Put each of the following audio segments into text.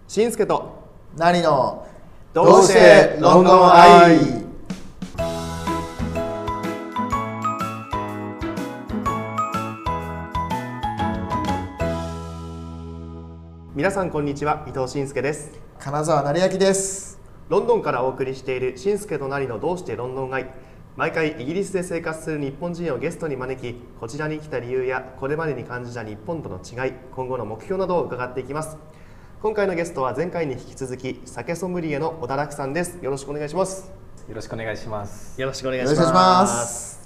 しんすけと何のどうしてロンドンアイ。皆さんこんにちは、伊藤しんすけです。 金沢成明です。 ロンドンからお送りしているしんすけとなりのどうしてロンドンアイ。毎回イギリスで生活する日本人をゲストに招き、こちらに来た理由やこれまでに感じた日本との違い、今後の目標などを伺っていきます。今回のゲストは前回に引き続き酒ソムリエの小田楽さんです。よろしくお願いします。 よろしくお願いします。 よろしくお願いします。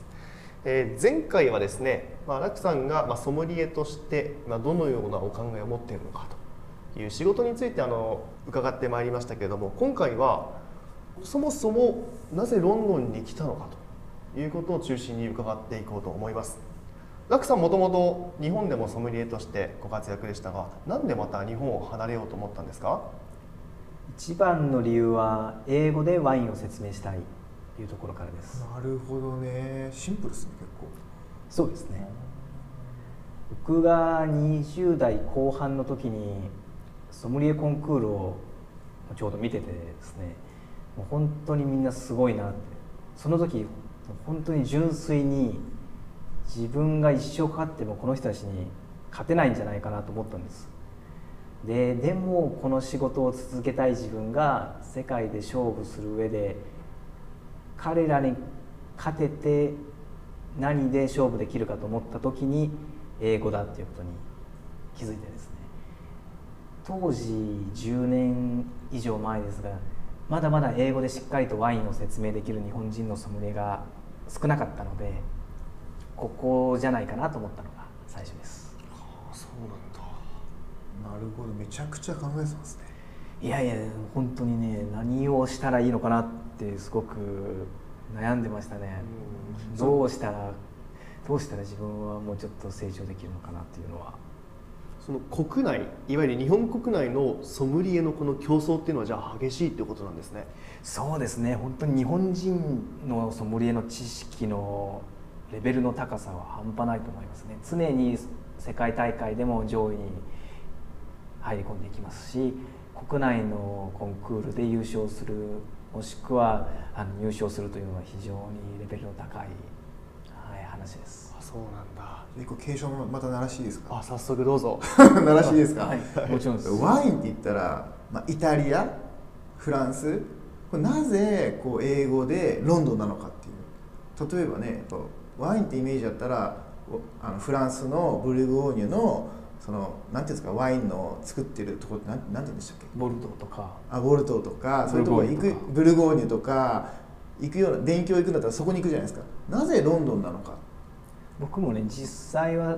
前回はですね、楽さんがソムリエとしてどのようなお考えを持っているのかという仕事について伺ってまいりましたけれども、今回はそもそもなぜロンドンに来たのかということを中心に伺っていこうと思います。楽さんもともと日本でもソムリエとしてご活躍でしたが、なんでまた日本を離れようと思ったんですか？ 一番の理由は英語でワインを説明したいというところからです。 なるほどね。シンプルですね、結構。 そうですね。僕が20代後半の時にソムリエコンクールをちょうど見ててですね、もう本当にみんなすごいなって、その時本当に純粋に自分が一生かかってもこの人たちに勝てないんじゃないかなと思ったんです。でもこの仕事を続けたい自分が世界で勝負する上で彼らに勝てて何で勝負できるかと思った時に英語だっていうことに気づいてですね、当時10年以上前ですが、まだまだ英語でしっかりとワインを説明できる日本人のソムリエが少なかったので、ここじゃないかなと思ったのが最初です。 ああ、そうなんだ。 なるほど、めちゃくちゃ考えてたんですね。 いやいや、本当にね、何をしたらいいのかなってすごく悩んでましたね。どうしたら自分はもうちょっと成長できるのかなっていうのは。 その国内、いわゆる日本国内のソムリエのこの競争っていうのはじゃあ激しいっていうことなんですね。 そうですね。本当に日本人のソムリエの知識のレベルの高さは半端ないと思いますね。常に世界大会でも上位に入り込んでいきますし、国内のコンクールで優勝する、もしくは入賞するというのは非常にレベルの高い、話です。 あ、そうなんだ。 継承もまた鳴らしいですか？ あ、早速どうぞ。 鳴らしいですか？ はい、もちろんです。 ワインって言ったら、イタリア、フランス、これなぜ英語でロンドンなのかっていう。例えばね、ワインってイメージだったらフランスのブルゴーニュのなんていうんですか、ワインの作ってるところってなんて言うんでしたっけ？ ボルドーとか。 ボルトーとか、そういうところ行く、ブルゴーニュとか行くような、勉強行くんだったらそこに行くじゃないですか。なぜロンドンなのか。 僕もね、実際は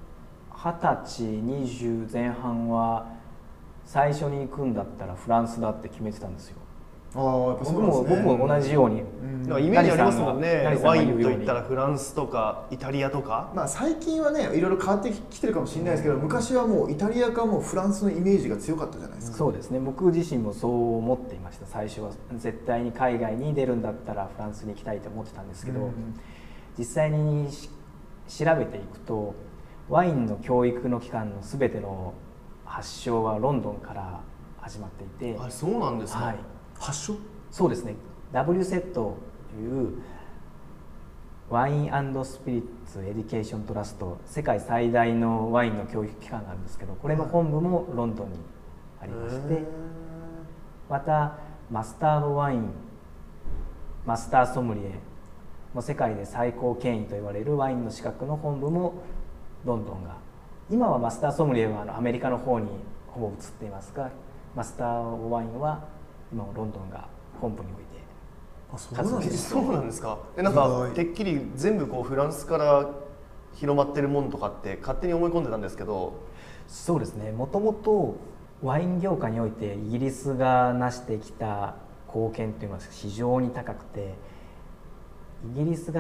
20歳20前半は最初に行くんだったらフランスだって決めてたんですよ。 やっぱそうなんですね。 僕も同じように、 イメージありますもんね。ワインといったらフランスとかイタリアとか。 最近はね、いろいろ変わってきてるかもしれないですけど、昔はもうイタリアかもうフランスのイメージが強かったじゃないですか。 そうですね。僕自身もそう思っていました。最初は絶対に海外に出るんだったらフランスに行きたいと思ってたんですけど、実際に調べていくと、ワインの教育の機関の全ての発祥はロンドンから始まっていて。 あ、そうなんですか。 はい、 発祥？ そうですね。WSET というワイン&スピリッツエデュケーショントラスト、世界最大のワインの教育機関があるんですけど、これの本部もロンドンにありまして、またマスタードワイン、マスターソムリエも世界で最高権威と言われるワインの資格の本部もロンドンが、今はマスターソムリエはアメリカの方にほぼ移っていますが、マスターワインは今もロンドンが本部において活動しています。 そうなんですか。なんかてっきり全部フランスから広まってるものとかって勝手に思い込んでたんですけど。 そうですね。もともとワイン業界においてイギリスが成してきた貢献というのは非常に高くて、イギリスが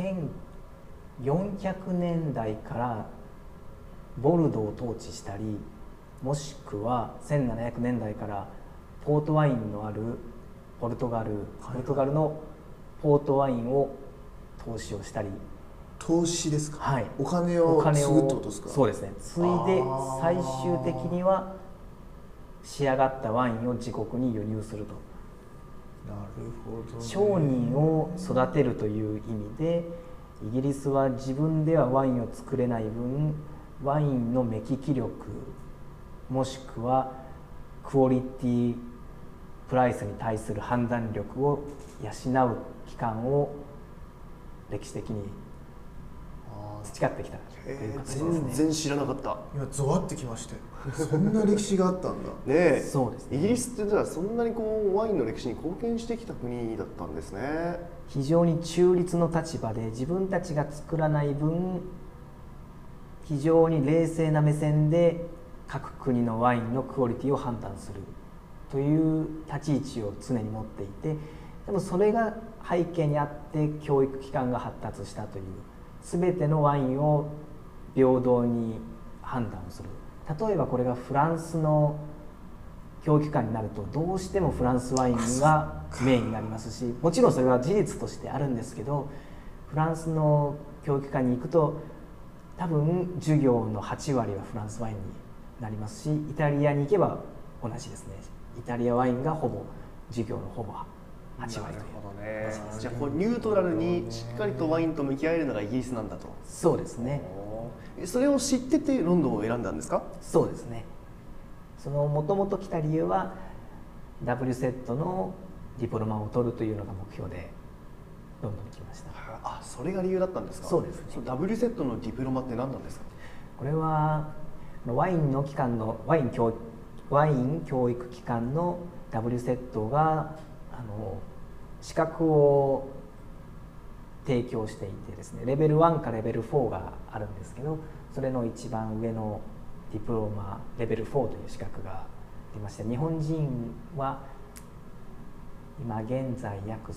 1400年代からボルドーを統治したり、もしくは1700年代からポートワインのあるポルトガルのポートワインを投資をしたり。 投資ですか？ はい、 お金を継ぐってことですか？ そうですね。継いで最終的には仕上がったワインを自国に輸入すると。 なるほどね。 商人を育てるという意味で、イギリスは自分ではワインを作れない分、ワインの目利き力もしくはクオリティプライスに対する判断力を養う期間を歴史的に培ってきたという形ですね。 全然知らなかった。 今ゾワってきましたよ。そんな歴史があったんだ。 ねえ、 そうですね。 イギリスってじゃあそんなにこうワインの歴史に貢献してきた国だったんですね。 非常に中立の立場で自分たちが作らない分、非常に冷静な目線で各国のワインのクオリティを判断するという立ち位置を常に持っていて、でもそれが背景にあって教育機関が発達したという、全てのワインを平等に判断をする。例えばこれがフランスの教育機関になると、どうしてもフランスワインがメインになりますし、もちろんそれは事実としてあるんですけど、フランスの教育機関に行くと多分授業の8割はフランスワインになりますし、イタリアに行けば同じですね。イタリアワインがほぼ授業のほぼ8割という。 なるほどね。じゃあこうニュートラルにしっかりとワインと向き合えるのがイギリスなんだと。 そうですね。 それを知っててロンドンを選んだんですか？ そうですね。そのもともと来た理由は W セットのディプロマを取るというのが目標でロンドンに来ました。 あ、それが理由だったんですか？ そうですね。 その W セットのディプロマって何なんですか？ これはワインの機関のワイン教育機関の W セットが資格を提供していてですね、レベル1かレベル4があるんですけど、それの一番上のディプロマレベル4という資格がありまして、日本人は今現在約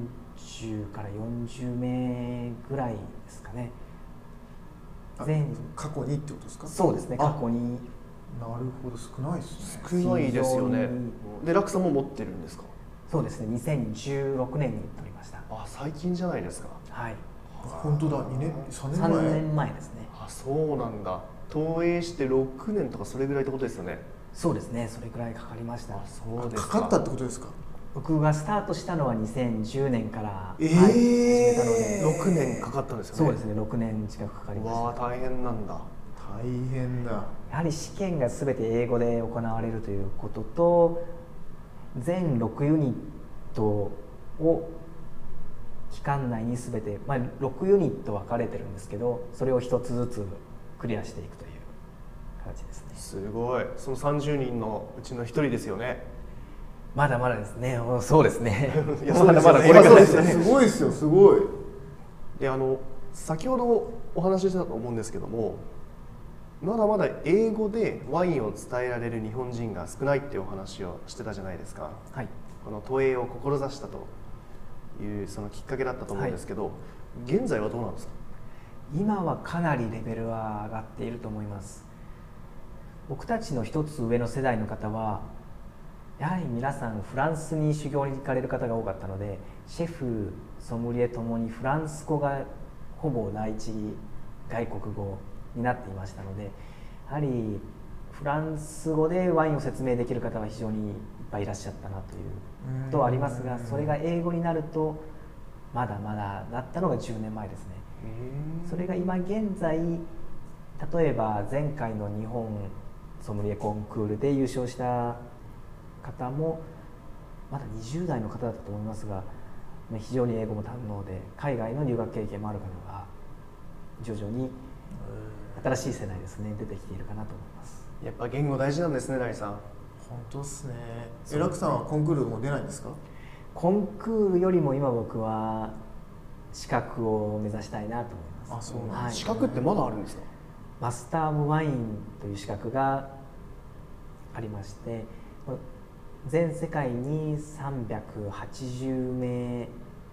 30から40名ぐらいですかね。 過去にってことですか？ そうですね、過去に。 なるほど、少ないですね。 少ないですよね。で、ラクさんも持ってるんですか？ そうですね、2016年に取りました。 あ、最近じゃないですか。 はい。 本当だ、3年 3年前ですね。 あ、そうなんだ。投影して6年とかそれぐらいってことですよね。 そうですね、それぐらいかかりました。 そうですかかったってことですか？ 僕がスタートしたのは2010年から、始めたので 6年かかったんですよね。 そうですね、6年近くかかりました。 わあ、大変なんだ。 大変だ。 やはり試験が全て英語で行われるということと、全6ユニットを期間内に全て、6ユニット分かれてるんですけど、それを1つずつクリアしていくという形ですね。 すごい。その30人のうちの1人ですよね。 まだまだですね。そうですね。 いや、 まだまだこれそうからですよね。 すごいですよ、すごい。 で、先ほどお話ししたと思うんですけども、まだまだ英語でワインを伝えられる日本人が少ないっていうお話をしてたじゃないですか。 はい。 この都営を志したというそのきっかけだったと思うんですけど、現在はどうなんですか？ 今はかなりレベルは上がっていると思います。僕たちの一つ上の世代の方はやはり皆さんフランスに修行に行かれる方が多かったので、シェフソムリエともにフランス語がほぼ第一外国語になっていましたので、やはりフランス語でワインを説明できる方は非常にいっぱいいらっしゃったなということはありますが、それが英語になるとまだまだだったのが10年前ですね。それが今現在、例えば前回の日本ソムリエコンクールで優勝した方もまだ20代の方だったと思いますが、非常に英語も堪能で、海外の留学経験もある方が徐々に新しい世代ですね、出てきているかなと思います。 やっぱ言語大事なんですね、成さん。 本当ですね。ラクさんはコンクールも出ないんですか？ コンクールよりも今僕は資格を目指したいなと思います。 あ、そうなんですね。 資格ってまだあるんですか？ マスター・オブ・ワインという資格がありまして、全世界に380名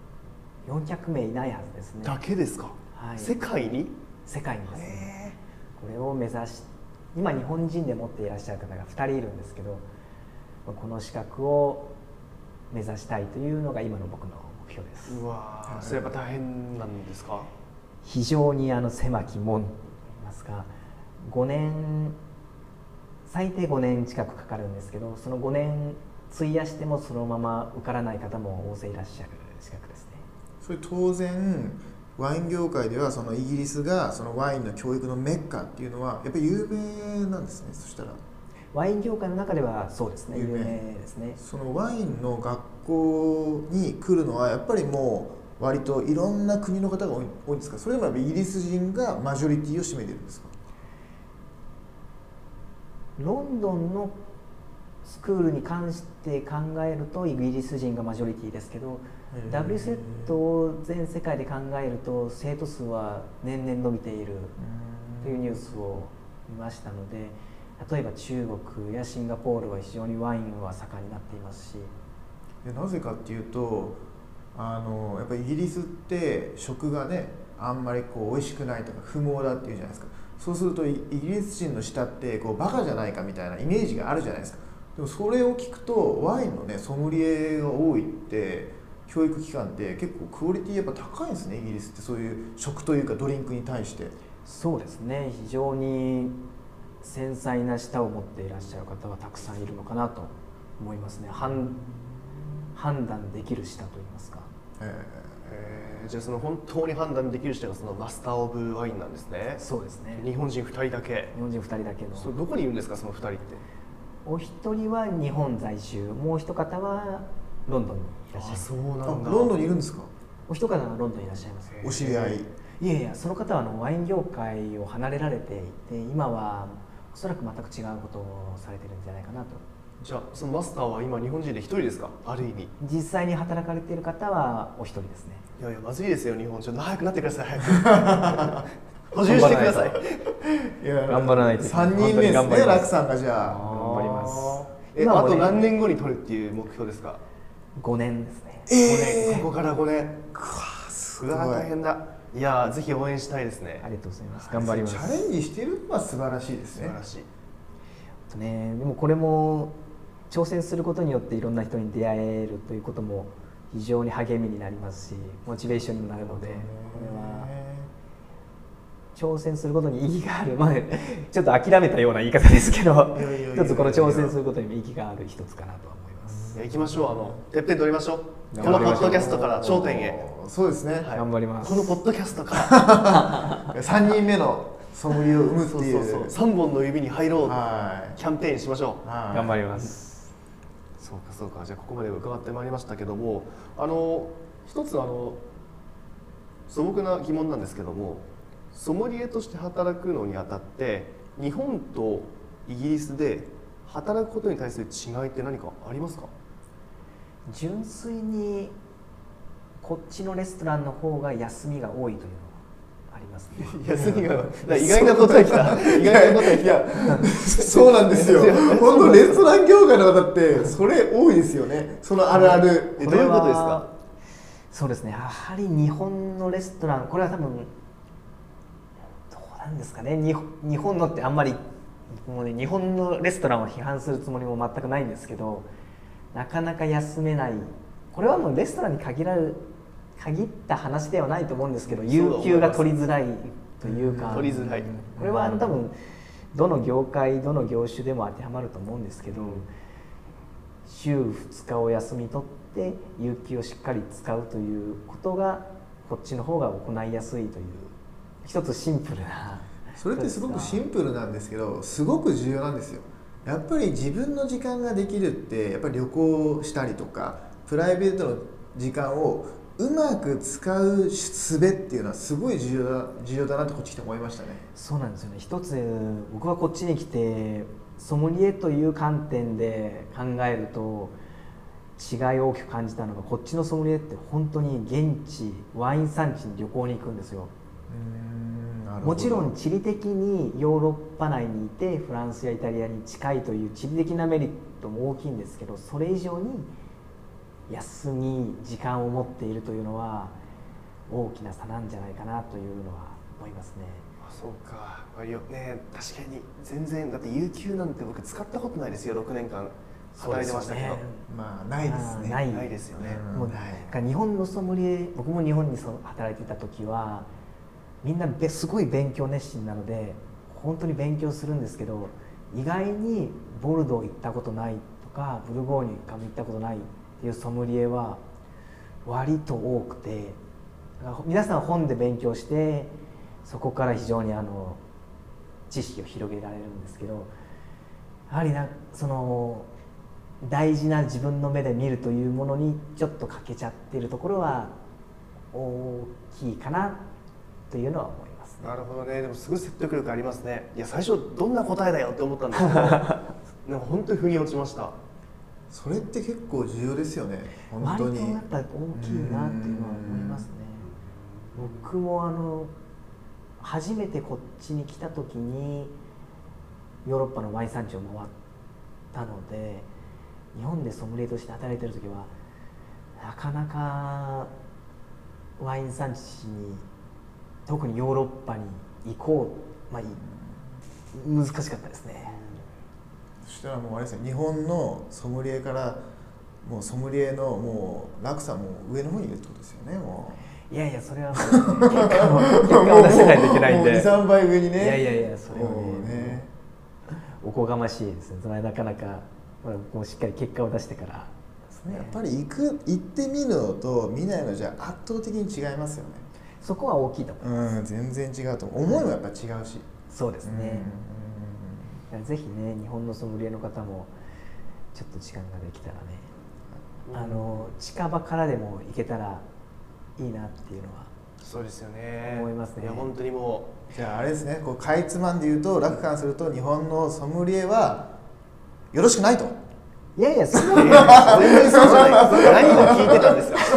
400名いないはずですね。 だけですか？ はい、 世界にですね。これを目指し、今日本人で持っていらっしゃる方が2人いるんですけど、この資格を目指したいというのが今の僕の目標です。 うわ、それやっぱ大変なんですか？ 非常に狭き門といいますか、5年最低5年近くかかるんですけど、その5年費やしてもそのまま受からない方も大勢いらっしゃる資格ですね。 それ当然ワイン業界ではそのイギリスがそのワインの教育のメッカっていうのはやっぱり有名なんですね。そしたらワイン業界の中ではそうですね、有名ですね。 そのワインの学校に来るのはやっぱりもう割といろんな国の方が多いんですか？それともやっぱりイギリス人がマジョリティを占めてるんですか？ ロンドンのスクールに関して考えるとイギリス人がマジョリティですけど、WSET を全世界で考えると生徒数は年々伸びているというニュースを見ましたので、例えば中国やシンガポールは非常にワインは盛んになっていますし。 なぜかっていうとやっぱりイギリスって食がねあんまりこう美味しくないとか不毛だっていうじゃないですか。そうするとイギリス人の舌ってこうバカじゃないかみたいなイメージがあるじゃないですか。でもそれを聞くとワインのねソムリエが多いって教育機関って結構クオリティやっぱ高いんですね、イギリスって。そういう食というかドリンクに対して。 そうですね、非常に繊細な舌を持っていらっしゃる方はたくさんいるのかなと思いますね。判断できる舌といいますか。 じゃあその本当に判断できる人がそのマスター・オブ・ワインなんですね。 そうですね、 日本人2人だけ。 日本人2人だけの。 それどこにいるんですか、その2人って。 お一人は日本在住、もう一方はロンドンにいらっしゃいます。 そうなんだ。 ロンドンにいるんですか？ お一方はロンドンにいらっしゃいます。 お知り合い？ いやいや、その方はワイン業界を離れられていて、今はおそらく全く違うことをされてるんじゃないかなと。 じゃあそのマスターは今日本人で1人ですか、ある意味。 実際に働かれている方はお一人ですね。 いやいや、まずいですよ、日本。ちょっと早くなってください、早く補充してください。 いや頑張らないと。 3人目ですね、楽さんが。じゃあ頑張ります。 あと何年後に取るっていう目標ですか ？5年ですね。 5年、ここから5年。 すごい。 大変だ。いや、ぜひ応援したいですね。 ありがとうございます。頑張ります。 チャレンジしているのは素晴らしいですね。 素晴らしい。 でもこれも挑戦することによっていろんな人に出会えるということも非常に励みになりますし、モチベーションにもなるので、これは挑戦することに意義がある、ちょっと諦めたような言い方ですけど、一つこの挑戦することにも意義がある一つかなと思います。 行きましょう、てっぺん取りましょう。このポッドキャストから頂点へ。 そうですね、 頑張ります。 このポッドキャストから 3人目のソムリエを生むっていう、 3本の指に入ろうキャンペーンしましょう。 頑張ります。 そうかそうか。じゃあここまで伺ってまいりましたけども、一つ素朴な疑問なんですけども、ソムリエとして働くのにあたって日本とイギリスで働くことに対する違いって何かありますか？ 純粋にこっちのレストランの方が休みが多いというのはありますね。 休みが意外なことが来た。意外なことが来た。 そうなんですよ。本当レストラン業界の方ってそれ多いですよね。そのあるある。 どういうことですか？ そうですね。やはり日本のレストラン、これは多分どうなんですかね。日本のってあんまりもうね、日本のレストランを批判するつもりも全くないんですけど、なかなか休めない。これはもうレストランに限った話ではないと思うんですけど、有給が取りづらいというか、 取りづらい。 これは多分どの業界どの業種でも当てはまると思うんですけど、週2日お休み取って有給をしっかり使うということがこっちの方が行いやすいという一つシンプルな。 それってすごくシンプルなんですけど、すごく重要なんですよ。やっぱり自分の時間ができるってやっぱり旅行したりとかプライベートの時間をうまく使う術っていうのはすごい重要だなってこっち来て思いましたね。 そうなんですよね。一つ僕はこっちに来てソムリエという観点で考えると違いを大きく感じたのが、こっちのソムリエって本当に現地ワイン産地に旅行に行くんですよ。もちろん地理的にヨーロッパ内にいてフランスやイタリアに近いという地理的なメリットも大きいんですけど、それ以上に休み時間を持っているというのは大きな差なんじゃないかなというのは思いますね。 そうか。ね、確かに全然だって有給なんて僕使ったことないですよ。6年間働いてましたけど、 まあないですね。 ないですよね。 もう日本のソムリエ、僕も日本に働いていた時はみんなすごい勉強熱心なので本当に勉強するんですけど、 意外にボルドー行ったことないとかブルゴーニュかも行ったことないっていうソムリエは割と多くて、皆さん本で勉強してそこから非常に知識を広げられるんですけど、やはりその大事な自分の目で見るというものにちょっと欠けちゃっているところは大きいかなというのは思いますね。 なるほどね。でもすごい説得力ありますね。いや最初どんな答えだよって思ったんですけどなんか本当に腑に落ちました。 それって結構重要ですよね。本当に割とやっぱり大きいなっていうのは思いますね。僕も初めてこっちに来た時にヨーロッパのワイン産地を回ったので、日本でソムリエとして働いてる時はなかなかワイン産地に、特にヨーロッパに行こう、難しかったですね。 そしたらもうあれですね、日本のソムリエからもうソムリエのもう落差も上の方にいるってことですよね。もういやいや、それはもう結果を出せないといけないんで、 もう2、3倍上にね。 いやそれはねおこがましいですね。それはなかなかもうしっかり結果を出してからですね。 やっぱり行ってみるのと見ないのじゃ圧倒的に違いますよね。 そこは大きいと思います。 全然違うと思う。思いもやっぱ違うし。 そうですね。ぜひね、日本のソムリエの方もちょっと時間ができたらね、近場からでも行けたらいいなっていうのはそうですよね。 思いますね。 いや本当にもうじゃああれですね、こうかいつまんで言うと楽観すると日本のソムリエはよろしくないと。 いやいや、そんな全然そうじゃない。何を聞いてたんですか。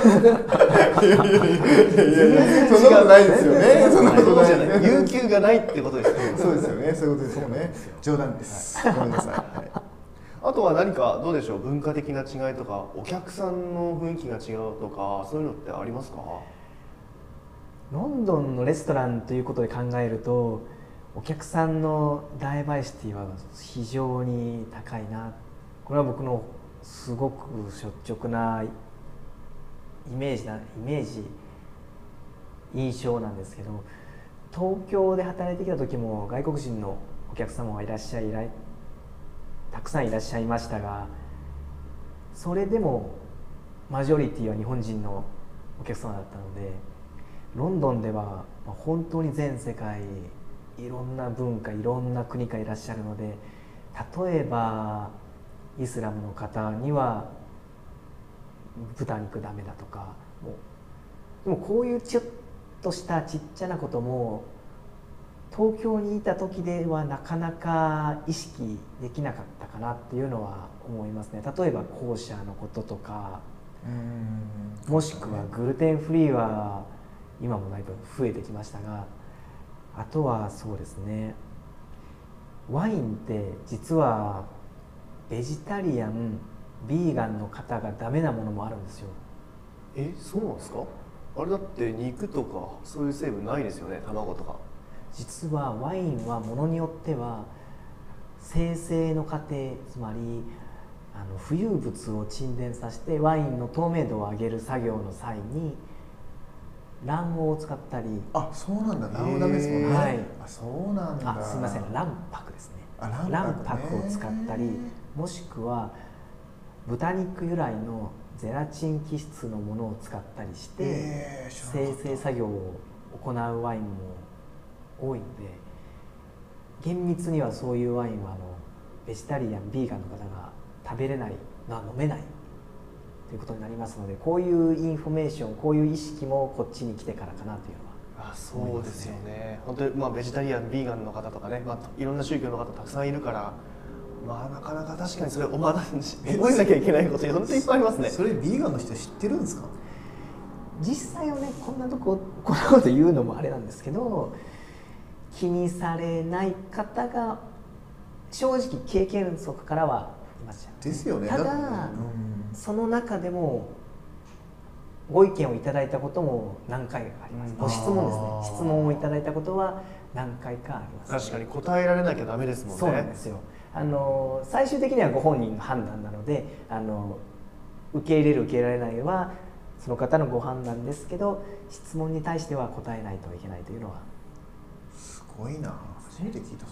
そんなことないですよね。そんなことないじゃない。有給がないってことですよね。 そうですよね。そういうことですよね。冗談です。ごめんなさい。はい、 あとは何かどうでしょう、文化的な違いとかお客さんの雰囲気が違うとかそういうのってありますか？ ロンドンのレストランということで考えるとお客さんのダイバーシティは非常に高いな。これは僕のすごく率直なイメージ印象なんですけど、東京で働いてきた時も外国人のお客様がたくさんいらっしゃいましたが、それでもマジョリティは日本人のお客様だったので、ロンドンでは本当に全世界いろんな文化、いろんな国からいらっしゃるので、例えばイスラムの方には豚肉ダメだとか、でもこういうちょっとしたちっちゃなことも東京にいた時ではなかなか意識できなかったかなっていうのは思いますね。例えばコーシャーのこととか、もしくはグルテンフリーは今もだいぶ増えてきましたが、あとはそうですね、ワインって実はベジタリアン、ビーガンの方がダメなものもあるんですよ。 そうなんですか？あれだって肉とかそういう成分ないですよね、卵とか。 実はワインはものによっては精製の過程、つまり浮遊物を沈殿させてワインの透明度を上げる作業の際に卵黄を使ったり。 そうなんだ。卵黄ダメですもんね。 はい。 そうなんだ。 すみません、卵白ですね。 卵白を使ったり、もしくは豚肉由来のゼラチン基質のものを使ったりして精製作業を行うワインも多いので、厳密にはそういうワインはベジタリアン、ビーガンの方が食べれない、飲めないということになりますので、こういうインフォメーション、こういう意識もこっちに来てからかなというのは。 そうですよね。本当にベジタリアン、ビーガンの方とかね、いろんな宗教の方たくさんいるから、なかなか確かにそれ覚えなきゃいけないこと本当にいっぱいありますね。 それビーガンの人知ってるんですか？ 実際はね、こんなこと言うのもあれなんですけど、気にされない方が正直経験則からはいますよね。 ですよね。 ただ、その中でもご意見をいただいたことも何回かあります。ご質問ですね。質問をいただいたことは何回かあります、 確かに答えられなきゃダメですもんね。 そうなんですよ。最終的にはご本人の判断なので、受け入れる受け入れられないはその方のご判断ですけど、質問に対しては答えないといけないというのは。 すごいな。初めて聞いたそんなこ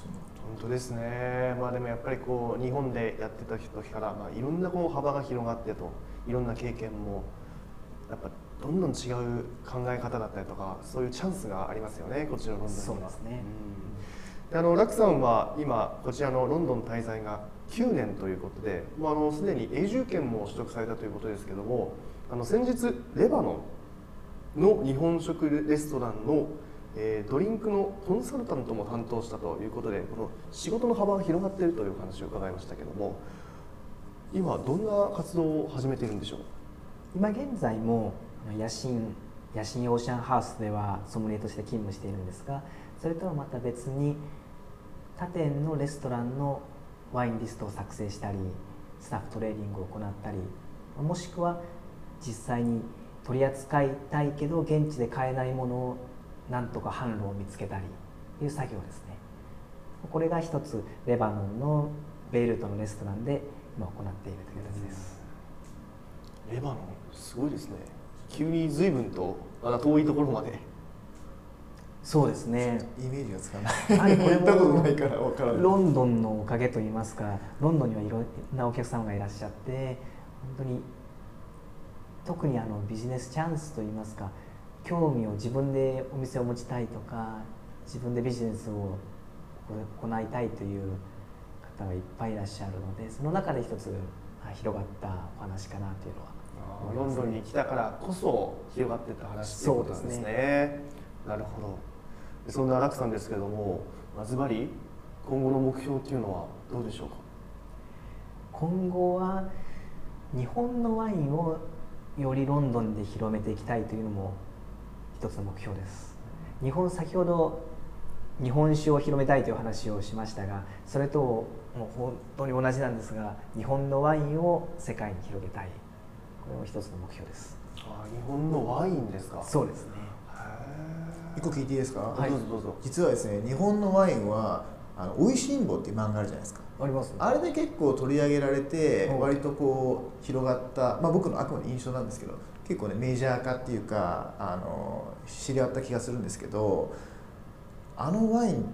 本当ですね。まあでもやっぱりこう日本でやってた時から、まあ、いろんなこう幅が広がってと、いろんな経験もやっぱどんどん違う考え方だったりとか、そういうチャンスがありますよね、こちらのロンドンには。 そうですね。 で楽さんは今こちらのロンドン滞在が9年ということで、すでに永住権も取得されたということですけども、先日レバノンの日本食レストランのドリンクのコンサルタントも担当したということで、この仕事の幅が広がっているという話を伺いましたけども、今どんな活動を始めているんでしょう。 今現在も野心オーシャンハウスではソムリエとして勤務しているんですが、それとはまた別に他店のレストランのワインリストを作成したり、スタッフトレーニングを行ったり、もしくは実際に取り扱いたいけど現地で買えないものをなんとか販路を見つけたりという作業ですね。これが一つレバノンのベイルートのレストランで今行っているという形です。 レバノンすごいですね。急に随分とまだ遠いところまで。 そうですね。 イメージがつかない。 これも行ったことないから分からない。 ロンドンのおかげといいますか、ロンドンにはいろんなお客様がいらっしゃって、本当に特にビジネスチャンスといいますか、興味を自分でお店を持ちたいとか、自分でビジネスを行いたいという方がいっぱいいらっしゃるので、その中で一つ広がったお話かなというのは。 ロンドンに来たからこそ広がっていった話ということなんですね。なるほど。そんな楽さんですけれども、ズバリ今後の目標というのはどうでしょうか。 今後は日本のワインをよりロンドンで広めていきたいというのも一つの目標です。先ほど日本酒を広めたいという話をしましたが、それともう本当に同じなんですが、日本のワインを世界に広げたい、これも一つの目標です。 日本のワインですか。 そうですね。 一個聞いていいですか。 はい、どうぞどうぞ。 実はですね、日本のワインはおいしんぼっていう漫画あるじゃないですか。 ありますね。 あれで結構取り上げられて、割とこう広がった、僕のあくまで印象なんですけど、結構ねメジャー化っていうか知り合った気がするんですけど、ワインって、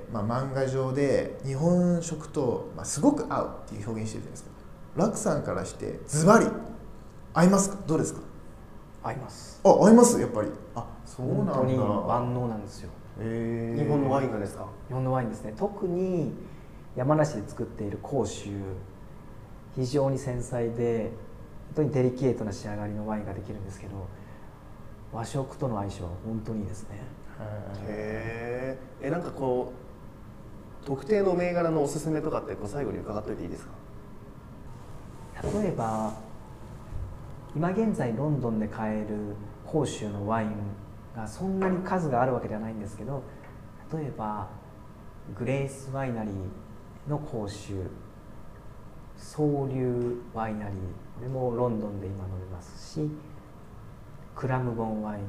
漫画上で日本食と、すごく合うっていう表現してるじゃないですか。楽さんからしてズバリ合いますか。どうですか。 合います。 合います。やっぱり。そうなんだ。 本当に万能なんですよ。 日本のワインがですか。 日本のワインですね。特に山梨で作っている甲州、非常に繊細で本当にデリケートな仕上がりのワインができるんですけど、和食との相性は本当にいいですね。 なんかこう特定の銘柄のおすすめとかって最後に伺っておいていいですか。 例えば今現在ロンドンで買える甲州のワインがそんなに数があるわけではないんですけど、例えばグレイスワイナリーの甲州、総流ワイナリー、これもロンドンで今飲めますし、クラムボンワイン、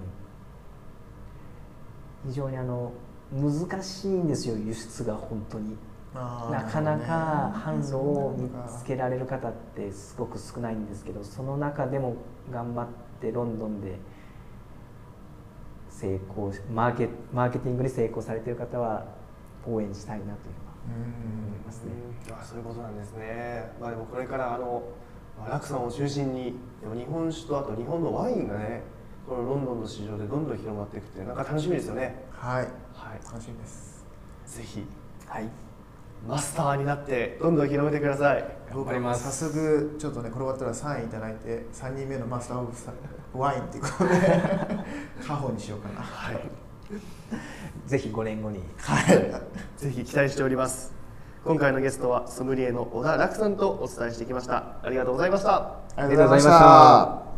非常に難しいんですよ、輸出が本当に。なかなか販路を見つけられる方ってすごく少ないんですけど、その中でも頑張ってロンドンでマーケティングに成功されている方は応援したいなというのは思いますね。 そういうことなんですね。でもこれから楽さんを中心に日本酒とあと日本のワインがね、このロンドンの市場でどんどん広がっていくってなんか楽しみですよね。 はい、楽しみです。 ぜひマスターになってどんどん広めてください。 僕は早速ちょっとね、これ終わったらサインいただいて3人目のマスターオブワインっていうことで家宝にしようかな。 ぜひ5年後にぜひ期待しております。今回のゲストはソムリエの小田楽さんとお伝えしてきました。ありがとうございました。 ありがとうございました。